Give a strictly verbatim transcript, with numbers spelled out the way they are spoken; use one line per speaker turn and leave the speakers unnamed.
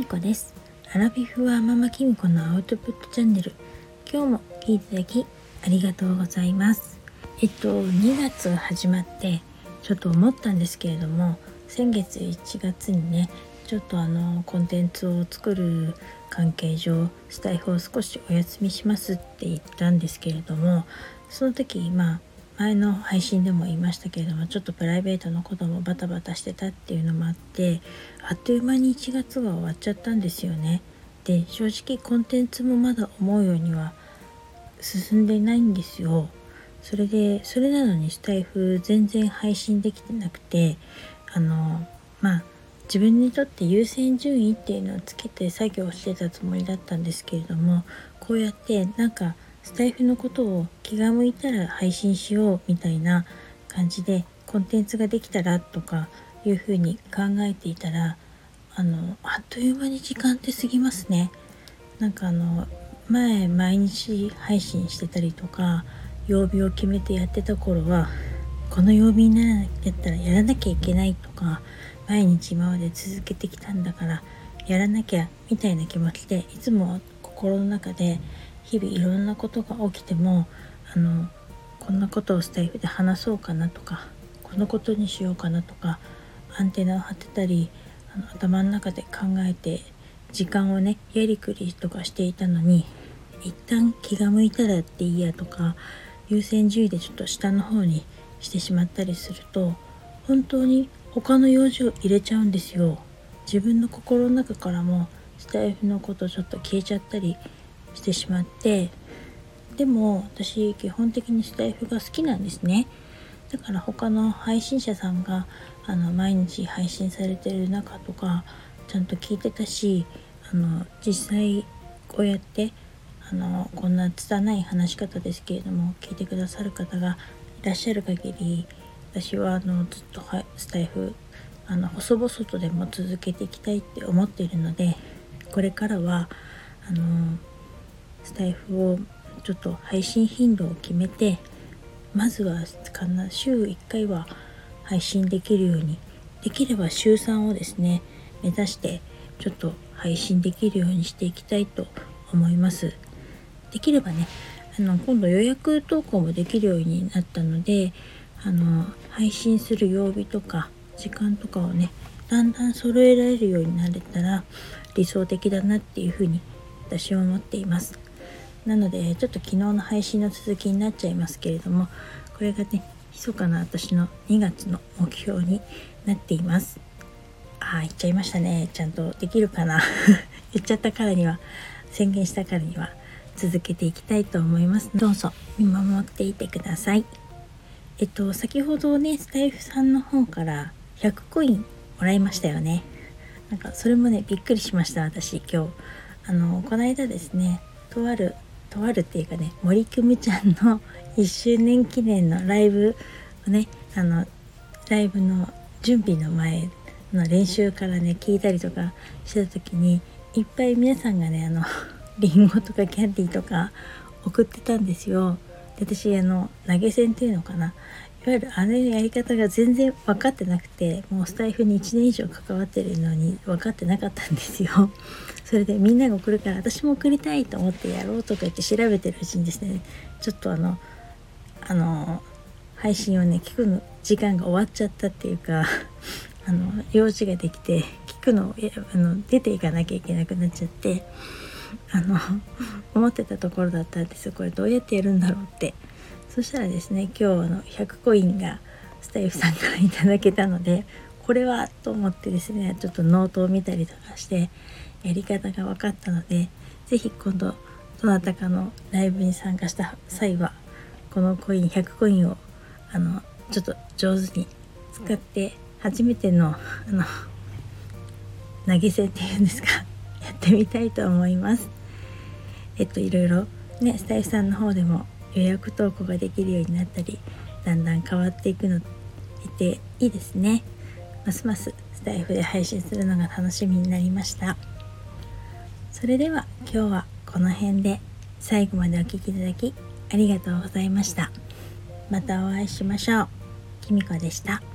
みこです。アラフィフはママきみこのアウトプットチャンネル。今日も聞いていただきありがとうございます。えっとにがつが始まってちょっと思ったんですけれども、先月いちがつにねちょっとあのコンテンツを作る関係上スタイフを少しお休みしますって言ったんですけれども、その時まあ前の配信でも言いましたけれども、ちょっとプライベートのこともバタバタしてたっていうのもあって、あっという間にいちがつが終わっちゃったんですよね。で、正直コンテンツもまだ思うようには進んでいないんですよ。それでそれなのにスタイフ全然配信できてなくて、あのまあ自分にとって優先順位っていうのをつけて作業してたつもりだったんですけれども、こうやってなんかスタイフのことを気が向いたら配信しようみたいな感じでコンテンツができたらとかいうふうに考えていたら、あのあっという間に時間って過ぎますね。なんかあの前毎日配信してたりとか曜日を決めてやってた頃は、この曜日にならなやったらやらなきゃいけないとか、毎日今まで続けてきたんだからやらなきゃみたいな気持ちで、いつも心の中で日々いろんなことが起きても、あのこんなことをスタイフで話そうかなとか、このことにしようかなとかアンテナを張ってたり、あの頭の中で考えて時間をねやりくりとかしていたのに、一旦気が向いたらっていいやとか優先順位でちょっと下の方にしてしまったりすると、本当に他の用事を入れちゃうんですよ。自分の心の中からもスタイフのことちょっと消えちゃったりしてしまって、でも私基本的にスタイフが好きなんですね。だから他の配信者さんがあの毎日配信されてる中とかちゃんと聞いてたし、あの実際こうやってあのこんな拙い話し方ですけれども聞いてくださる方がいらっしゃる限り、私はあのずっとスタイフあの細々とでも続けていきたいって思っているので、これからはあのスタイフをちょっと配信頻度を決めて、まずはかな週いっかいは配信できるように、できれば週さんをですね目指してちょっと配信できるようにしていきたいと思います。できればねあの今度予約投稿もできるようになったので、あの配信する曜日とか時間とかをねだんだん揃えられるようになれたら理想的だなっていうふうに私は思っています。なのでちょっと昨日の配信の続きになっちゃいますけれども、これがね密かな私のにがつの目標になっています。ああ言っちゃいましたね。ちゃんとできるかな言っちゃったからには、宣言したからには続けていきたいと思います。どうぞ見守っていてください。えっと先ほどねスタイフさんの方からひゃくコインもらいましたよね。なんかそれもねびっくりしました。私今日あのこの間ですね、とあるとあるっていうかね、森久美ちゃんのいっしゅうねん記念のライブをね、あのライブの準備の前の練習からね聞いたりとかしてた時に、いっぱい皆さんがねあのリンゴとかキャンディーとか送ってたんですよ。で私あの投げ銭っていうのかな、いわゆるあれのやり方が全然分かってなくて、もうスタイフにいちねん以上関わってるのに分かってなかったんですよ。それでみんなが送るから私も送りたいと思ってやろうとか言って調べてるうちにですね、ちょっとあのあの配信をね聞くの時間が終わっちゃったっていうかあの用事ができて聞くのをあの出ていかなきゃいけなくなっちゃって、あの思ってたところだったんですよ。これどうやってやるんだろうって。そしたらですね、今日あのひゃくコインがスタイフさんからいただけたので、これはと思ってですね、ちょっとノートを見たりとかしてやり方が分かったので、ぜひ今度どなたかのライブに参加した際はこのコインひゃくコインをあのちょっと上手に使って初めてのあの投げ銭っていうんですかやってみたいと思います。えっといろいろねスタイフさんの方でも予約投稿ができるようになったり、だんだん変わっていくのいていいですね。ますますスタイフで配信するのが楽しみになりました。それでは今日はこの辺で、最後までお聞きいただきありがとうございました。またお会いしましょう。きみこでした。